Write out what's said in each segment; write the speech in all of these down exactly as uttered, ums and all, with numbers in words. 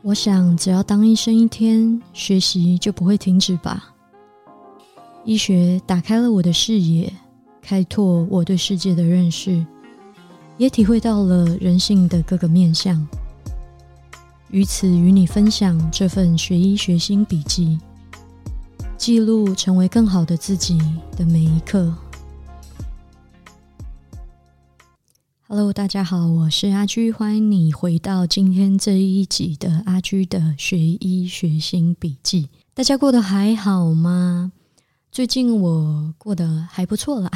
我想只要当医生一天，学习就不会停止吧。医学打开了我的视野，开拓我对世界的认识，也体会到了人性的各个面向。于此与你分享这份学医学心笔记，记录成为更好的自己的每一刻。Hello， 大家好，我是阿居，欢迎你回到今天这一集的阿居的学医学心笔记。大家过得还好吗？最近我过得还不错啦。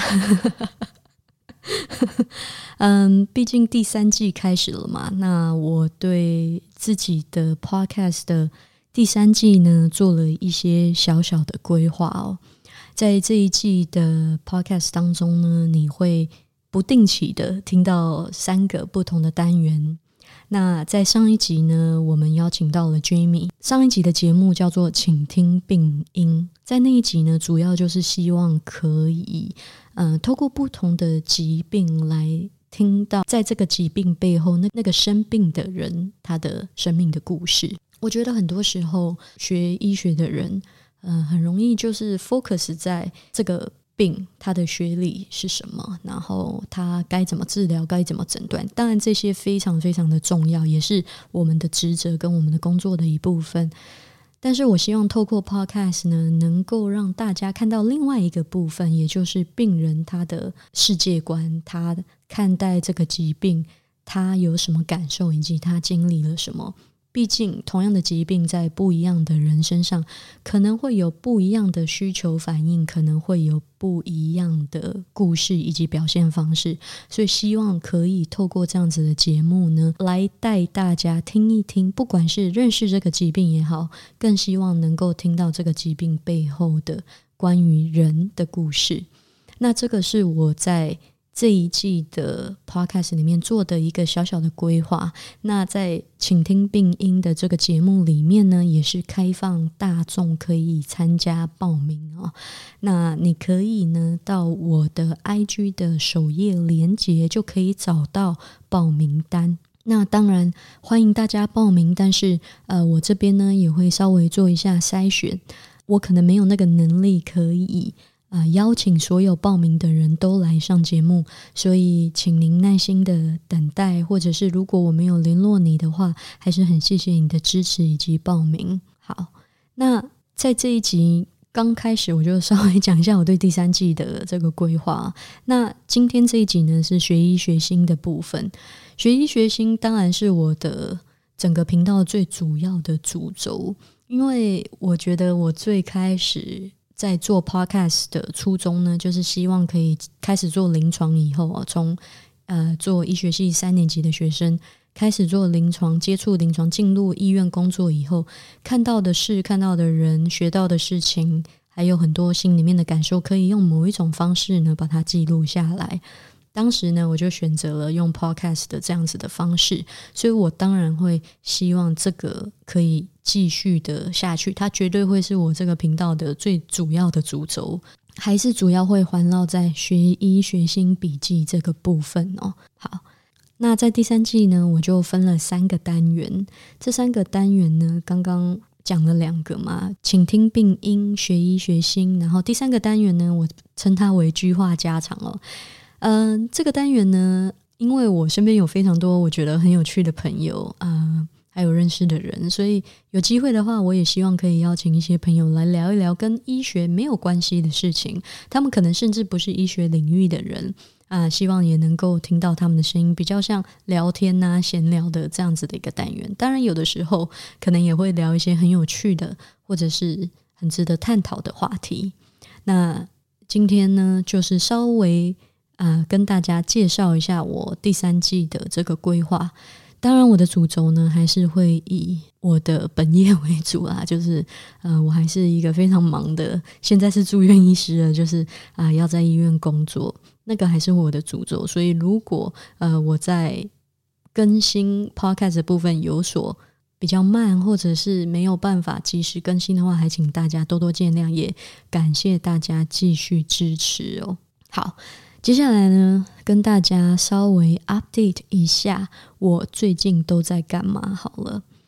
嗯，毕竟第三季开始了嘛，那我对自己的 podcast 的第三季呢做了一些小小的规划哦。在这一季的 podcast 当中呢，你会不定期的听到三个不同的单元。那在上一集呢，我们邀请到了 Jamie， 上一集的节目叫做请听病因，在那一集呢，主要就是希望可以呃，透过不同的疾病来听到在这个疾病背后 那, 那个生病的人他的生命的故事。我觉得很多时候学医学的人呃，很容易就是 focus 在这个病它的学理是什么，然后它该怎么治疗，该怎么诊断。当然这些非常非常的重要，也是我们的职责跟我们的工作的一部分。但是我希望透过 podcast 呢，能够让大家看到另外一个部分，也就是病人他的世界观，他看待这个疾病他有什么感受，以及他经历了什么。毕竟同样的疾病在不一样的人身上可能会有不一样的需求反应，可能会有不一样的故事以及表现方式，所以希望可以透过这样子的节目呢，来带大家听一听，不管是认识这个疾病也好，更希望能够听到这个疾病背后的关于人的故事。那这个是我在这一季的 podcast 里面做的一个小小的规划。那在请听病因的这个节目里面呢，也是开放大众可以参加报名哦。那你可以呢到我的 I G 的首页连结就可以找到报名单。那当然欢迎大家报名，但是呃，我这边呢也会稍微做一下筛选，我可能没有那个能力可以呃，邀请所有报名的人都来上节目，所以请您耐心的等待，或者是如果我没有联络你的话，还是很谢谢你的支持以及报名。好，那在这一集刚开始我就稍微讲一下我对第三季的这个规划。那今天这一集呢是学医学心的部分，学医学心当然是我的整个频道最主要的主轴，因为我觉得我最开始在做 podcast 的初衷呢，就是希望可以开始做临床以后啊，从呃做医学系三年级的学生开始做临床，接触临床，进入医院工作以后，看到的事，看到的人，学到的事情，还有很多心里面的感受，可以用某一种方式呢把它记录下来。当时呢我就选择了用 podcast 的这样子的方式，所以我当然会希望这个可以继续的下去，它绝对会是我这个频道的最主要的主轴，还是主要会环绕在学医学心笔记这个部分哦。好，那在第三季呢我就分了三个单元，这三个单元呢刚刚讲了两个嘛，请听病因，学医学心，然后第三个单元呢我称它为居话家常哦。嗯、呃，这个单元呢，因为我身边有非常多我觉得很有趣的朋友啊、呃，还有认识的人，所以有机会的话我也希望可以邀请一些朋友来聊一聊跟医学没有关系的事情，他们可能甚至不是医学领域的人啊、呃，希望也能够听到他们的声音，比较像聊天啊闲聊的这样子的一个单元。当然有的时候可能也会聊一些很有趣的或者是很值得探讨的话题。那今天呢就是稍微呃，跟大家介绍一下我第三季的这个规划。当然我的主轴呢还是会以我的本业为主啦，就是呃，我还是一个非常忙的，现在是住院医师了，就是啊、呃，要在医院工作，那个还是我的主轴。所以如果呃我在更新 podcast 的部分有所比较慢，或者是没有办法及时更新的话，还请大家多多见谅，也感谢大家继续支持哦。好，接下来呢跟大家稍微 update 一下我最近都在干嘛好了。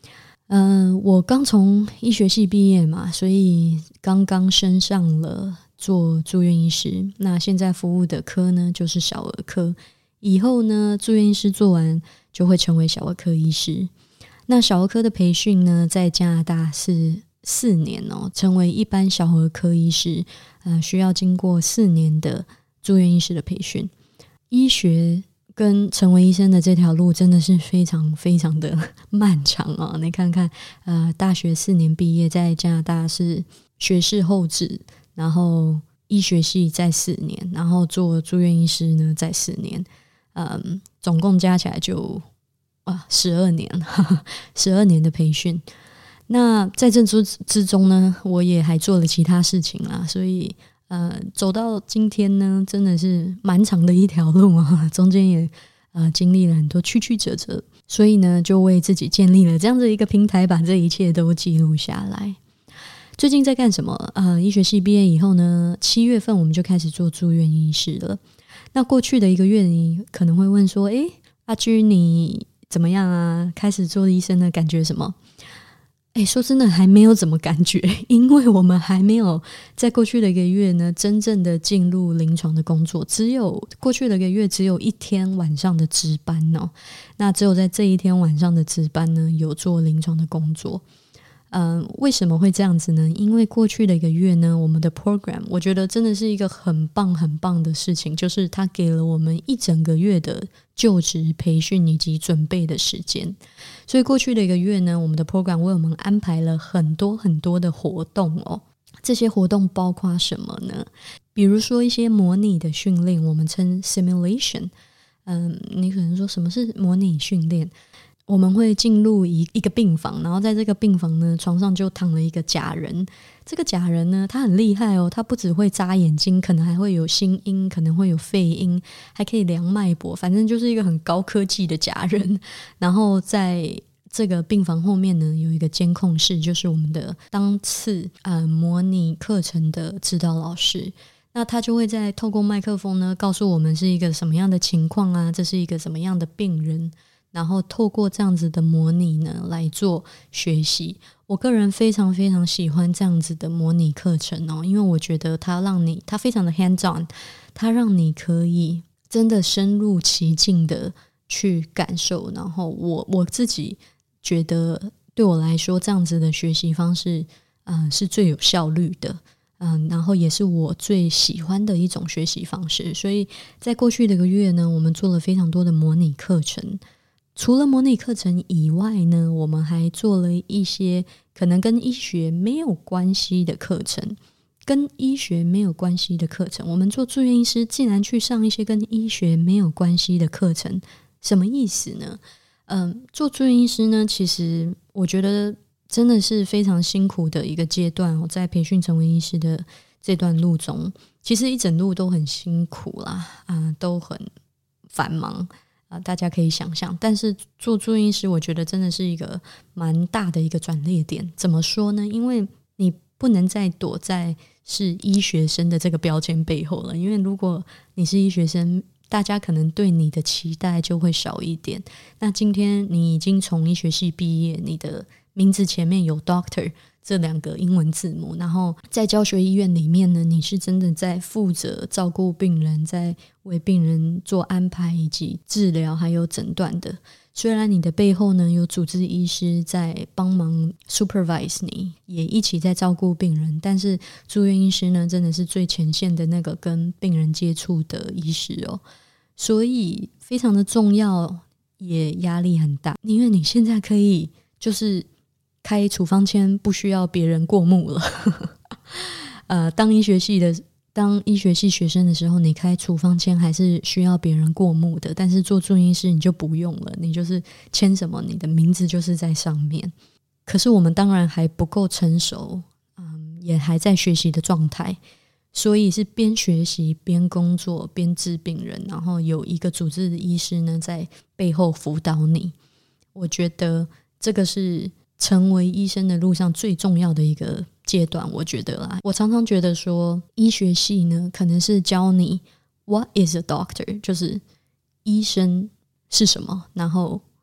嗯、呃，我刚从医学系毕业嘛，所以刚刚升上了做住院医师。那现在服务的科呢，就是小儿科。以后呢，住院医师做完就会成为小儿科医师。那小儿科的培训呢，在加拿大是四年哦，成为一般小儿科医师，呃，需要经过四年的住院医师的培训。医学跟成为医生的这条路真的是非常非常的漫长啊！你看看，呃，大学四年毕业，在加拿大是学士后制，然后医学系在四年，然后做住院医师呢在四年，嗯，总共加起来就啊十二年，十二年的培训。那在这之之中呢，我也还做了其他事情啦，所以呃，走到今天呢，真的是蛮长的一条路啊，中间也呃经历了很多曲曲折折，所以呢，就为自己建立了这样的一个平台，把这一切都记录下来。最近在干什么？呃，医学系毕业以后呢，七月份我们就开始做住院医师了。那过去的一个月，你可能会问说，诶，阿居你怎么样啊？开始做医生的感觉什么？哎，说真的还没有怎么感觉，因为我们还没有在过去的一个月呢，真正的进入临床的工作，只有过去的一个月只有一天晚上的值班哦。那只有在这一天晚上的值班呢，有做临床的工作。嗯、呃，为什么会这样子呢？因为过去的一个月呢，我们的 program 我觉得真的是一个很棒很棒的事情，就是它给了我们一整个月的就职培训以及准备的时间。所以过去的一个月呢，我们的 program 为我们安排了很多很多的活动哦。这些活动包括什么呢？比如说一些模拟的训练，我们称 simulation。嗯，你可能说什么是模拟训练？我们会进入一一个病房，然后在这个病房呢，床上就躺了一个假人。这个假人呢，他很厉害哦，他不只会眨眼睛，可能还会有心音，可能会有肺音，还可以量脉搏，反正就是一个很高科技的假人。然后在这个病房后面呢，有一个监控室，就是我们的当次呃模拟课程的指导老师。那他就会在透过麦克风呢，告诉我们是一个什么样的情况啊，这是一个什么样的病人。然后透过这样子的模拟呢来做学习。我个人非常非常喜欢这样子的模拟课程哦，因为我觉得它让你它非常的 hands on， 它让你可以真的深入其境的去感受。然后我我自己觉得对我来说这样子的学习方式嗯、呃，是最有效率的。嗯，然后也是我最喜欢的一种学习方式。所以在过去的一个月呢，我们做了非常多的模拟课程。除了模拟课程以外呢，我们还做了一些可能跟医学没有关系的课程。跟医学没有关系的课程，我们做住院医师竟然去上一些跟医学没有关系的课程，什么意思呢？嗯，做住院医师呢，其实我觉得真的是非常辛苦的一个阶段哦，在培训成为医师的这段路中，其实一整路都很辛苦啦，啊，都很繁忙啊，大家可以想象。但是做住院医师，我觉得真的是一个蛮大的一个转捩点。怎么说呢？因为你不能再躲在是医学生的这个标签背后了，因为如果你是医学生，大家可能对你的期待就会少一点。那今天你已经从医学系毕业，你的名字前面有 doctor 这两个英文字母，然后在教学医院里面呢，你是真的在负责照顾病人，在为病人做安排以及治疗还有诊断的。虽然你的背后呢有主治医师在帮忙 supervise 你，也一起在照顾病人，但是住院医师呢真的是最前线的那个跟病人接触的医师哦，所以非常的重要，也压力很大。因为你现在可以就是开处方签不需要别人过目了呃，当医学系的当医学系学生的时候，你开处方签还是需要别人过目的，但是做住院医师你就不用了，你就是签什么你的名字就是在上面。可是我们当然还不够成熟，嗯，也还在学习的状态，所以是边学习边工作边治病人，然后有一个主治的医师呢在背后辅导你。我觉得这个是成为医生的路上最重要的一个阶段，我觉得啦。我常常觉得说医学系呢可能是教你 What is a doctor， 就是医生是什么，然后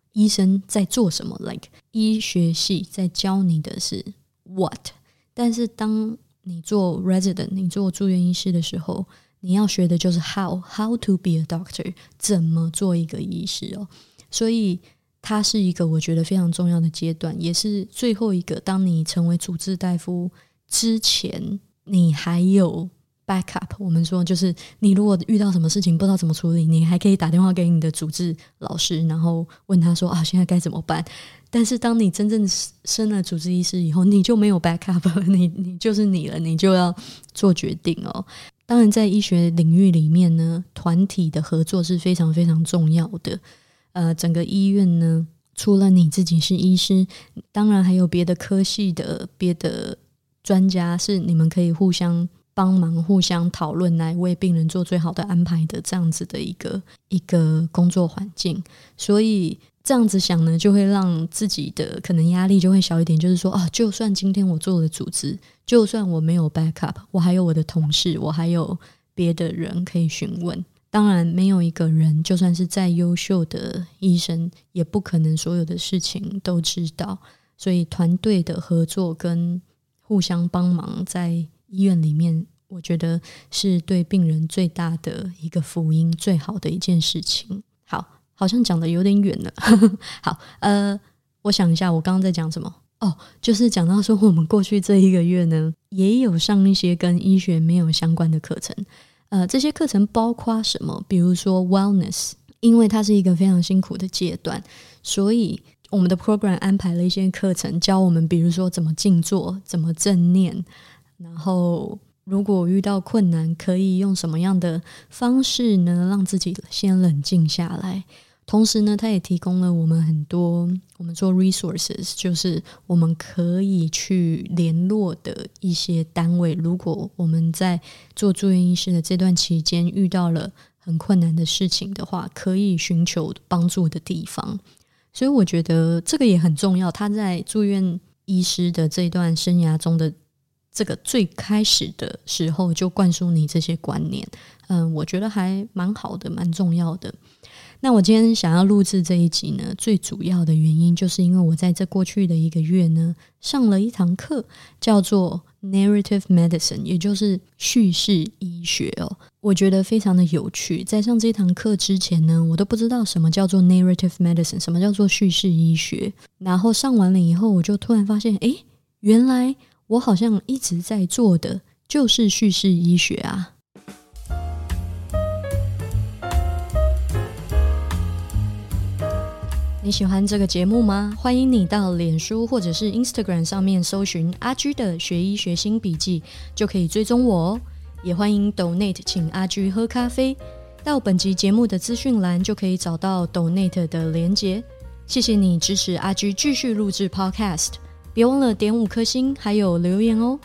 医生在做什么 like 医学系在教你的是 what， 但是当你做 resident 你做住院医师的时候，你要学的就是 how how to be a doctor， 怎么做一个医师哦。所以它是一个我觉得非常重要的阶段，也是最后一个当你成为主治大夫之前你还有 backup， 我们说就是你如果遇到什么事情不知道怎么处理，你还可以打电话给你的主治老师，然后问他说啊现在该怎么办。但是当你真正升了主治医师以后，你就没有 backup 了，你你就是你了，你就要做决定哦。当然在医学领域里面呢，团体的合作是非常非常重要的。呃，整个医院呢，除了你自己是医师，当然还有别的科系的别的专家，是你们可以互相帮忙互相讨论来为病人做最好的安排的这样子的一个一个工作环境。所以这样子想呢，就会让自己的可能压力就会小一点，就是说啊，就算今天我做了主治，就算我没有 backup， 我还有我的同事，我还有别的人可以询问。当然没有一个人就算是再优秀的医生也不可能所有的事情都知道，所以团队的合作跟互相帮忙在医院里面，我觉得是对病人最大的一个福音，最好的一件事情。好，好像讲的有点远了好，呃，我想一下我刚刚在讲什么哦，就是讲到说我们过去这一个月呢也有上一些跟医学没有相关的课程。呃，这些课程包括什么？比如说 wellness， 因为它是一个非常辛苦的阶段，所以我们的 program 安排了一些课程教我们，比如说怎么静坐，怎么正念，然后如果遇到困难可以用什么样的方式呢让自己先冷静下来。同时呢它也提供了我们很多我们说 resources， 就是我们可以去联络的一些单位，如果我们在做住院医师的这段期间遇到了很困难的事情的话，可以寻求帮助的地方。所以我觉得这个也很重要，他在住院医师的这段生涯中的这个最开始的时候就灌输你这些观念，嗯，我觉得还蛮好的，蛮重要的。那我今天想要录制这一集呢，最主要的原因就是因为我在这过去的一个月呢上了一堂课叫做 Narrative Medicine， 也就是叙事医学哦。我觉得非常的有趣，在上这堂课之前呢我都不知道什么叫做 Narrative Medicine， 什么叫做叙事医学。然后上完了以后我就突然发现，诶，原来我好像一直在做的就是叙事医学啊。你喜欢这个节目吗？欢迎你到脸书或者是 Instagram 上面搜寻阿居的学医学新笔记，就可以追踪我哦。也欢迎 Donate 请阿居喝咖啡，到本集节目的资讯栏就可以找到 Donate 的连结。谢谢你支持阿居继续录制 Podcast， 别忘了点五颗星还有留言哦。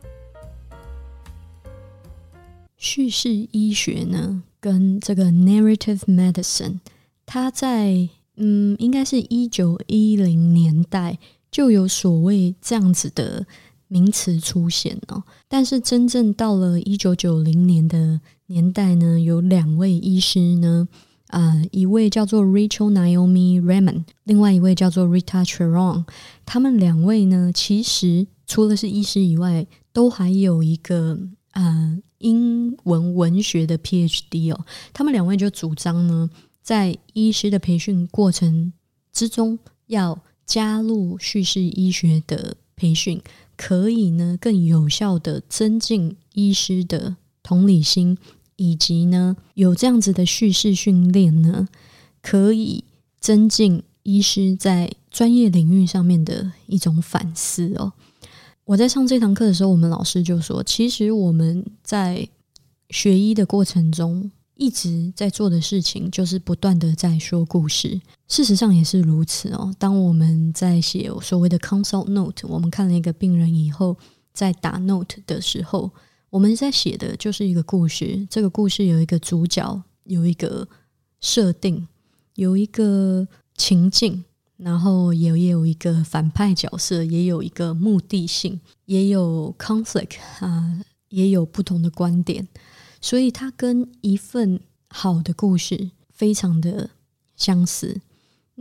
叙事医学呢跟这个 Narrative Medicine， 它在嗯，应该是一九一零年代就有所谓这样子的名词出现哦。但是真正到了一九九零年的年代呢，有两位医师呢，呃，一位叫做 Rachel Naomi Remen， 另外一位叫做 Rita Charon。他们两位呢，其实除了是医师以外，都还有一个呃英文文学的 P H D 哦。他们两位就主张呢，在医师的培训过程之中要加入叙事医学的培训，可以呢更有效的增进医师的同理心，以及呢有这样子的叙事训练呢，可以增进医师在专业领域上面的一种反思哦。我在上这堂课的时候，我们老师就说，其实我们在学医的过程中一直在做的事情就是不断的在说故事。事实上也是如此哦。当我们在写所谓的 consult note， 我们看了一个病人以后在打 note 的时候，我们在写的就是一个故事。这个故事有一个主角，有一个设定，有一个情境，然后也也有一个反派角色，也有一个目的性，也有 conflict 啊，也有不同的观点。所以它跟一份好的故事非常的相似。那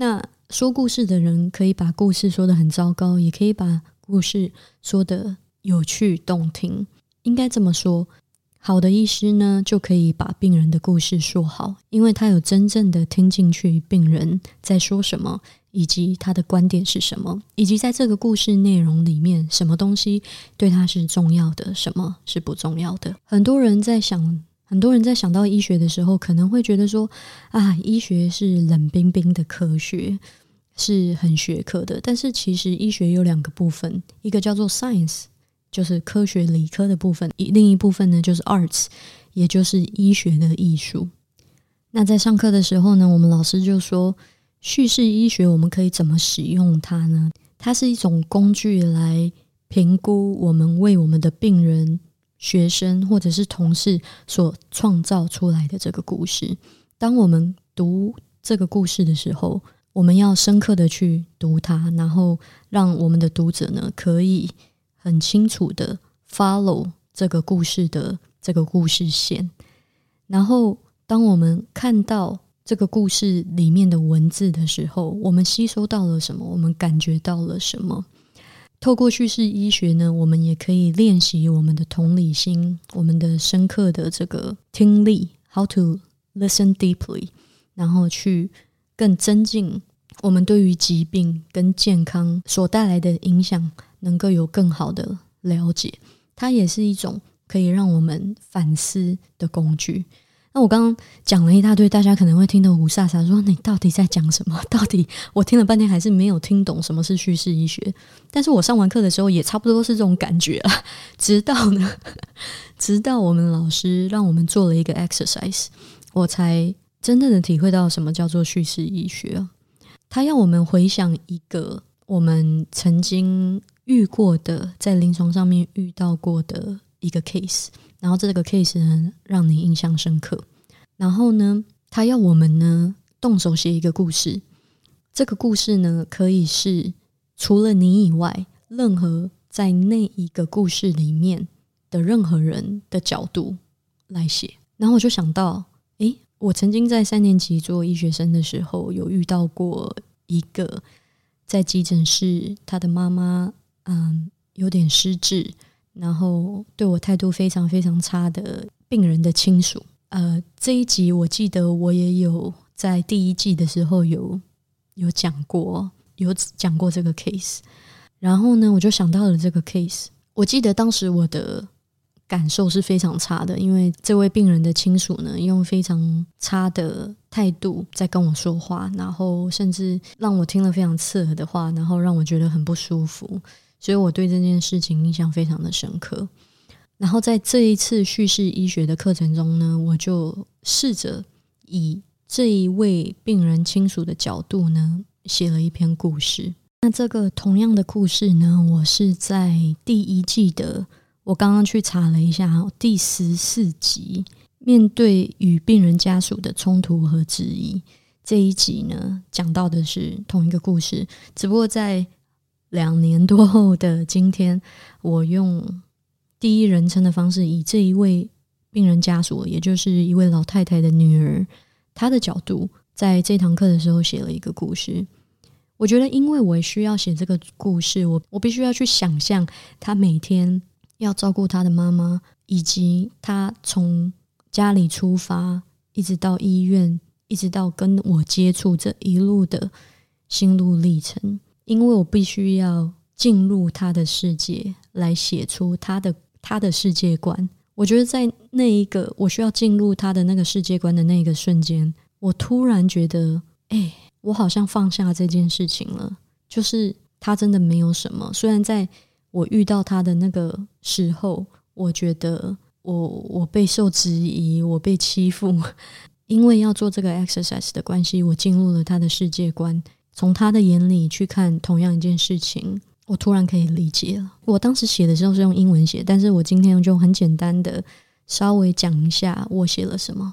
说故事的人可以把故事说得很糟糕，也可以把故事说得有趣动听。应该这么说，好的医师呢，就可以把病人的故事说好，因为他有真正的听进去病人在说什么，以及他的观点是什么，以及在这个故事内容里面，什么东西对他是重要的，什么是不重要的。很多人在想很多人在想到医学的时候，可能会觉得说啊，医学是冷冰冰的科学，是很学科的。但是其实医学有两个部分，一个叫做 science， 就是科学理科的部分，另一部分呢就是 arts， 也就是医学的艺术。那在上课的时候呢，我们老师就说，叙事医学我们可以怎么使用它呢？它是一种工具来评估我们为我们的病人、学生或者是同事所创造出来的这个故事。当我们读这个故事的时候，我们要深刻的去读它，然后让我们的读者呢可以很清楚的 follow 这个故事的这个故事线。然后当我们看到这个故事里面的文字的时候，我们吸收到了什么？我们感觉到了什么？透过叙事医学呢，我们也可以练习我们的同理心，我们的深刻的这个听力 how to listen deeply， 然后去更增进我们对于疾病跟健康所带来的影响能够有更好的了解。它也是一种可以让我们反思的工具。那我刚刚讲了一大堆，大家可能会听得五煞煞，说你到底在讲什么？到底我听了半天还是没有听懂什么是叙事医学。但是我上完课的时候也差不多是这种感觉啦。直到呢，直到我们老师让我们做了一个 exercise， 我才真正的体会到什么叫做叙事医学。他要我们回想一个我们曾经遇过的，在临床上面遇到过的一个 case， 然后这个 case 呢让你印象深刻。然后呢，他要我们呢动手写一个故事。这个故事呢可以是除了你以外，任何在那一个故事里面的任何人的角度来写。然后我就想到，诶，我曾经在三年级做医学生的时候，有遇到过一个在急诊室，他的妈妈嗯有点失智，然后对我态度非常非常差的病人的亲属。呃，这一集我记得我也有在第一季的时候有有讲过，有讲过这个 case。然后呢，我就想到了这个 case。我记得当时我的感受是非常差的，因为这位病人的亲属呢，用非常差的态度在跟我说话，然后甚至让我听了非常刺耳的话，然后让我觉得很不舒服。所以我对这件事情印象非常的深刻。然后在这一次叙事医学的课程中呢，我就试着以这一位病人亲属的角度呢，写了一篇故事。那这个同样的故事呢，我是在第一季的，我刚刚去查了一下，第十四集，面对与病人家属的冲突和质疑，这一集呢讲到的是同一个故事，只不过在两年多后的今天，我用第一人称的方式，以这一位病人家属，也就是一位老太太的女儿，她的角度，在这堂课的时候写了一个故事。我觉得因为我需要写这个故事，我我必须要去想象她每天要照顾她的妈妈，以及她从家里出发一直到医院，一直到跟我接触这一路的心路历程。因为我必须要进入她的世界，来写出她的她的世界观。我觉得在那一个我需要进入她的那个世界观的那个瞬间，我突然觉得哎，我好像放下这件事情了。就是她真的没有什么，虽然在我遇到她的那个时候，我觉得我我备受质疑，我被欺负，因为要做这个 exercise 的关系，我进入了她的世界观，从她的眼里去看同样一件事情，我突然可以理解了。我当时写的时候是用英文写，但是我今天就很简单的稍微讲一下我写了什么。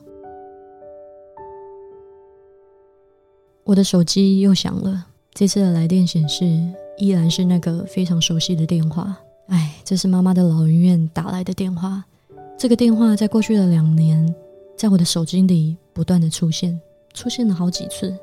我的手机又响了，这次的来电显示依然是那个非常熟悉的电话。哎，这是妈妈的老人院打来的电话。这个电话在过去的两年，在我的手机里不断的出现，出现了好几次。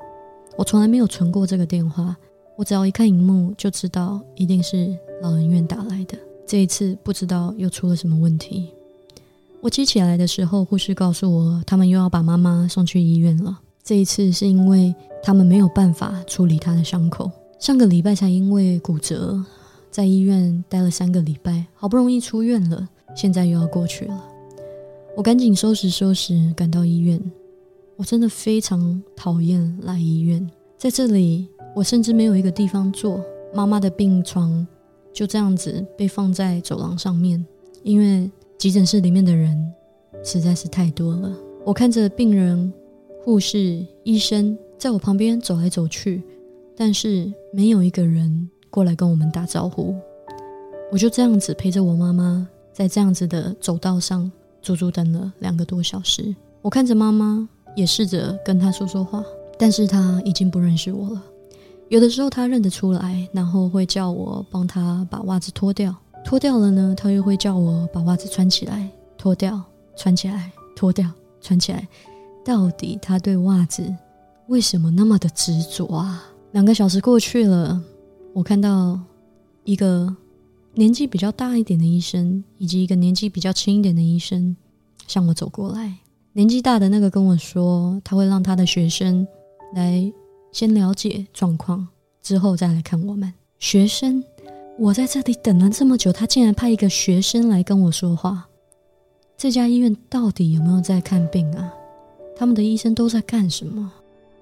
我从来没有存过这个电话，我只要一看荧幕就知道一定是老人院打来的。这一次不知道又出了什么问题。我接起来的时候，护士告诉我他们又要把妈妈送去医院了。这一次是因为他们没有办法处理她的伤口，上个礼拜才因为骨折在医院待了三个礼拜，好不容易出院了，现在又要过去了。我赶紧收拾收拾赶到医院。我真的非常讨厌来医院，在这里我甚至没有一个地方坐，妈妈的病床就这样子被放在走廊上面，因为急诊室里面的人实在是太多了。我看着病人、护士、医生在我旁边走来走去，但是没有一个人过来跟我们打招呼。我就这样子陪着我妈妈在这样子的走道上足足等了两个多小时。我看着妈妈也试着跟她说说话，但是她已经不认识我了。有的时候她认得出来，然后会叫我帮她把袜子脱掉，脱掉了呢，她又会叫我把袜子穿起来，脱掉穿起来，脱掉穿起来。到底她对袜子为什么那么的执着啊？两个小时过去了，我看到一个年纪比较大一点的医生以及一个年纪比较轻一点的医生向我走过来。年纪大的那个跟我说，他会让他的学生来先了解状况，之后再来看我们。学生？我在这里等了这么久，他竟然派一个学生来跟我说话。这家医院到底有没有在看病啊？他们的医生都在干什么？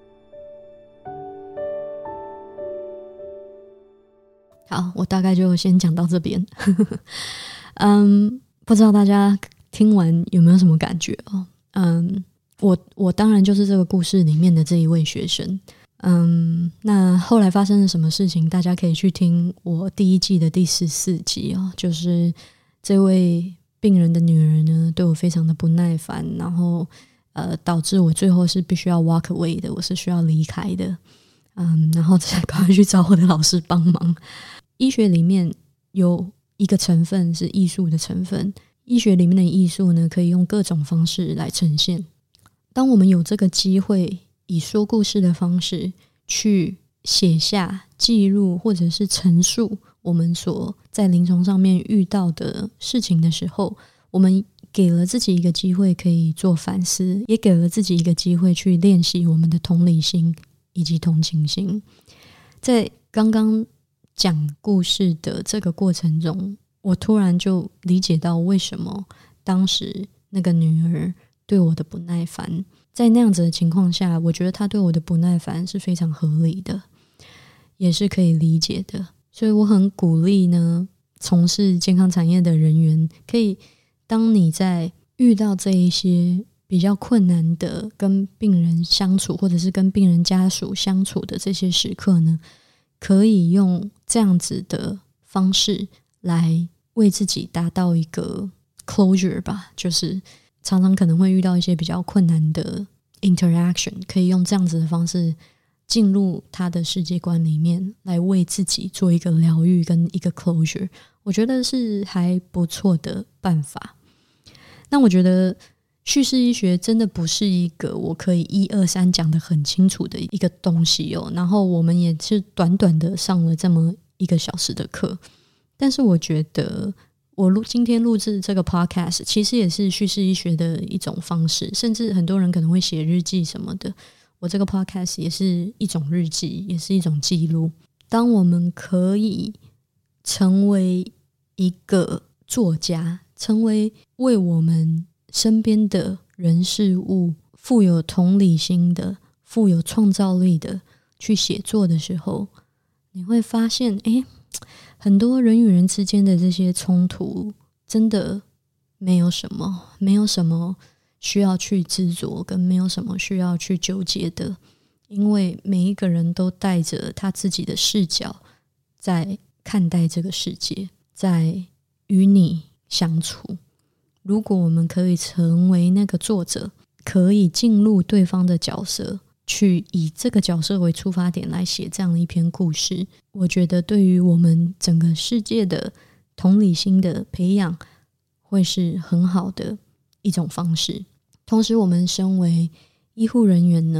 好，我大概就先讲到这边。嗯，不知道大家听完有没有什么感觉哦？嗯，我我当然就是这个故事里面的这一位学生。嗯，那后来发生了什么事情，大家可以去听我第一季的第十四集哦。就是这位病人的女儿呢，对我非常的不耐烦，然后呃，导致我最后是必须要 walk away 的，我是需要离开的。嗯，然后再赶快去找我的老师帮忙。医学里面有一个成分是艺术的成分，医学里面的艺术呢，可以用各种方式来呈现。当我们有这个机会以说故事的方式去写下、记录或者是陈述我们所在临床上面遇到的事情的时候，我们给了自己一个机会可以做反思，也给了自己一个机会去练习我们的同理心以及同情心。在刚刚讲故事的这个过程中，我突然就理解到为什么当时那个女儿对我的不耐烦。在那样子的情况下，我觉得她对我的不耐烦是非常合理的，也是可以理解的。所以我很鼓励呢，从事健康产业的人员，可以当你在遇到这一些比较困难的跟病人相处，或者是跟病人家属相处的这些时刻呢，可以用这样子的方式来为自己达到一个 closure 吧，就是常常可能会遇到一些比较困难的 interaction， 可以用这样子的方式进入他的世界观里面，来为自己做一个疗愈跟一个 closure， 我觉得是还不错的办法。那我觉得叙事医学真的不是一个我可以一二三讲得很清楚的一个东西哦，然后我们也是短短的上了这么一个小时的课，但是我觉得我录今天录制这个 podcast 其实也是叙事医学的一种方式，甚至很多人可能会写日记什么的，我这个 podcast 也是一种日记，也是一种记录。当我们可以成为一个作家，成为为我们身边的人事物富有同理心的、富有创造力的去写作的时候，你会发现诶，很多人与人之间的这些冲突真的没有什么没有什么需要去执着，跟没有什么需要去纠结的，因为每一个人都带着他自己的视角在看待这个世界，在与你相处。如果我们可以成为那个作者，可以进入对方的角色，去以这个角色为出发点来写这样一篇故事，我觉得对于我们整个世界的同理心的培养会是很好的一种方式。同时我们身为医护人员呢，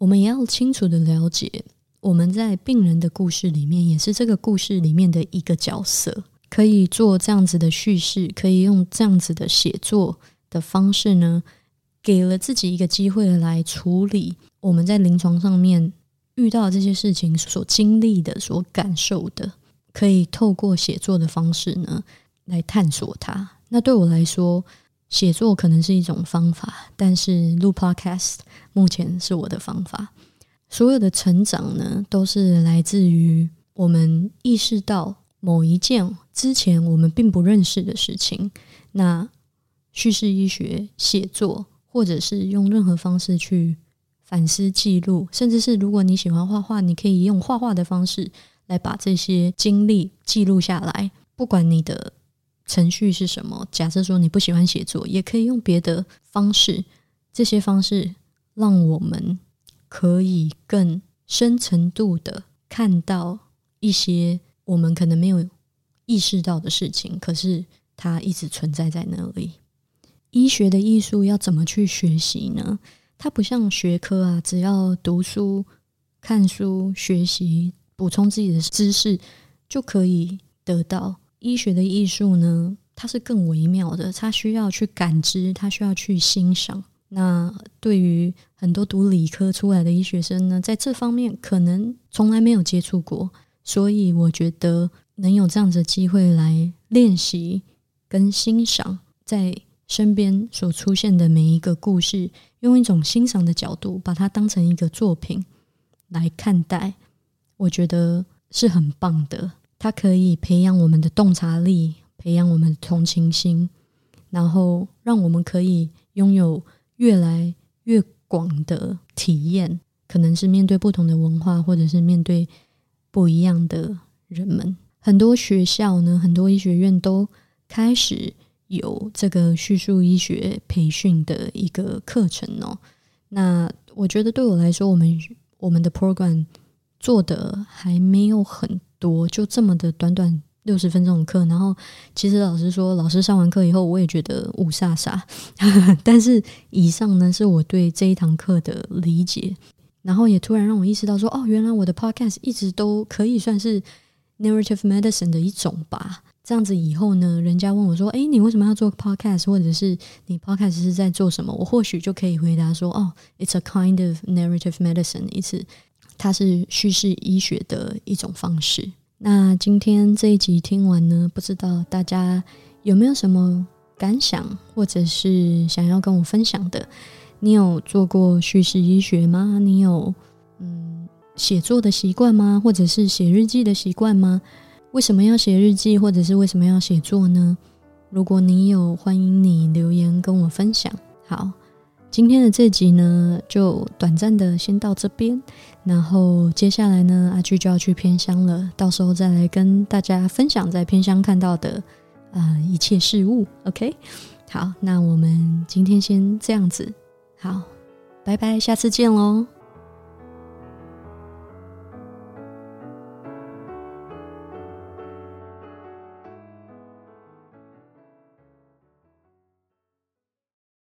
我们也要清楚的了解，我们在病人的故事里面也是这个故事里面的一个角色，可以做这样子的叙事，可以用这样子的写作的方式呢，给了自己一个机会来处理我们在临床上面遇到这些事情所经历的、所感受的，可以透过写作的方式呢来探索它。那对我来说，写作可能是一种方法，但是录 podcast 目前是我的方法。所有的成长呢，都是来自于我们意识到某一件之前我们并不认识的事情。那叙事医学写作，或者是用任何方式去反思记录，甚至是如果你喜欢画画，你可以用画画的方式来把这些经历记录下来。不管你的程序是什么，假设说你不喜欢写作，也可以用别的方式，这些方式让我们可以更深层度的看到一些我们可能没有意识到的事情，可是它一直存在在那里。医学的艺术要怎么去学习呢？它不像学科啊，只要读书、看书、学习、补充自己的知识就可以得到。医学的艺术呢，它是更微妙的，它需要去感知，它需要去欣赏。那对于很多读理科出来的医学生呢，在这方面可能从来没有接触过，所以我觉得能有这样子的机会来练习跟欣赏在身边所出现的每一个故事，用一种欣赏的角度把它当成一个作品来看待，我觉得是很棒的。它可以培养我们的洞察力，培养我们的同情心，然后让我们可以拥有越来越广的体验，可能是面对不同的文化，或者是面对不一样的人们。很多学校呢，很多医学院都开始有这个叙述医学培训的一个课程哦。那我觉得对我来说，我们我们的 program 做的还没有很多，就这么的短短六十分钟的课。然后其实老师说，老师上完课以后我也觉得雾煞煞但是以上呢是我对这一堂课的理解，然后也突然让我意识到说，哦，原来我的 podcast 一直都可以算是 narrative medicine 的一种吧。这样子以后呢，人家问我说，诶，你为什么要做 podcast， 或者是你 podcast 是在做什么，我或许就可以回答说，哦 it's a kind of narrative medicine， it's它是叙事医学的一种方式。那今天这一集听完呢，不知道大家有没有什么感想，或者是想要跟我分享的？你有做过叙事医学吗？你有嗯写作的习惯吗？或者是写日记的习惯吗？为什么要写日记，或者是为什么要写作呢？如果你有，欢迎你留言跟我分享。好，今天的这集呢就短暂的先到这边，然后接下来呢阿居就要去偏乡了，到时候再来跟大家分享在偏乡看到的、呃、一切事物。 OK， 好，那我们今天先这样子，好，拜拜，下次见咯。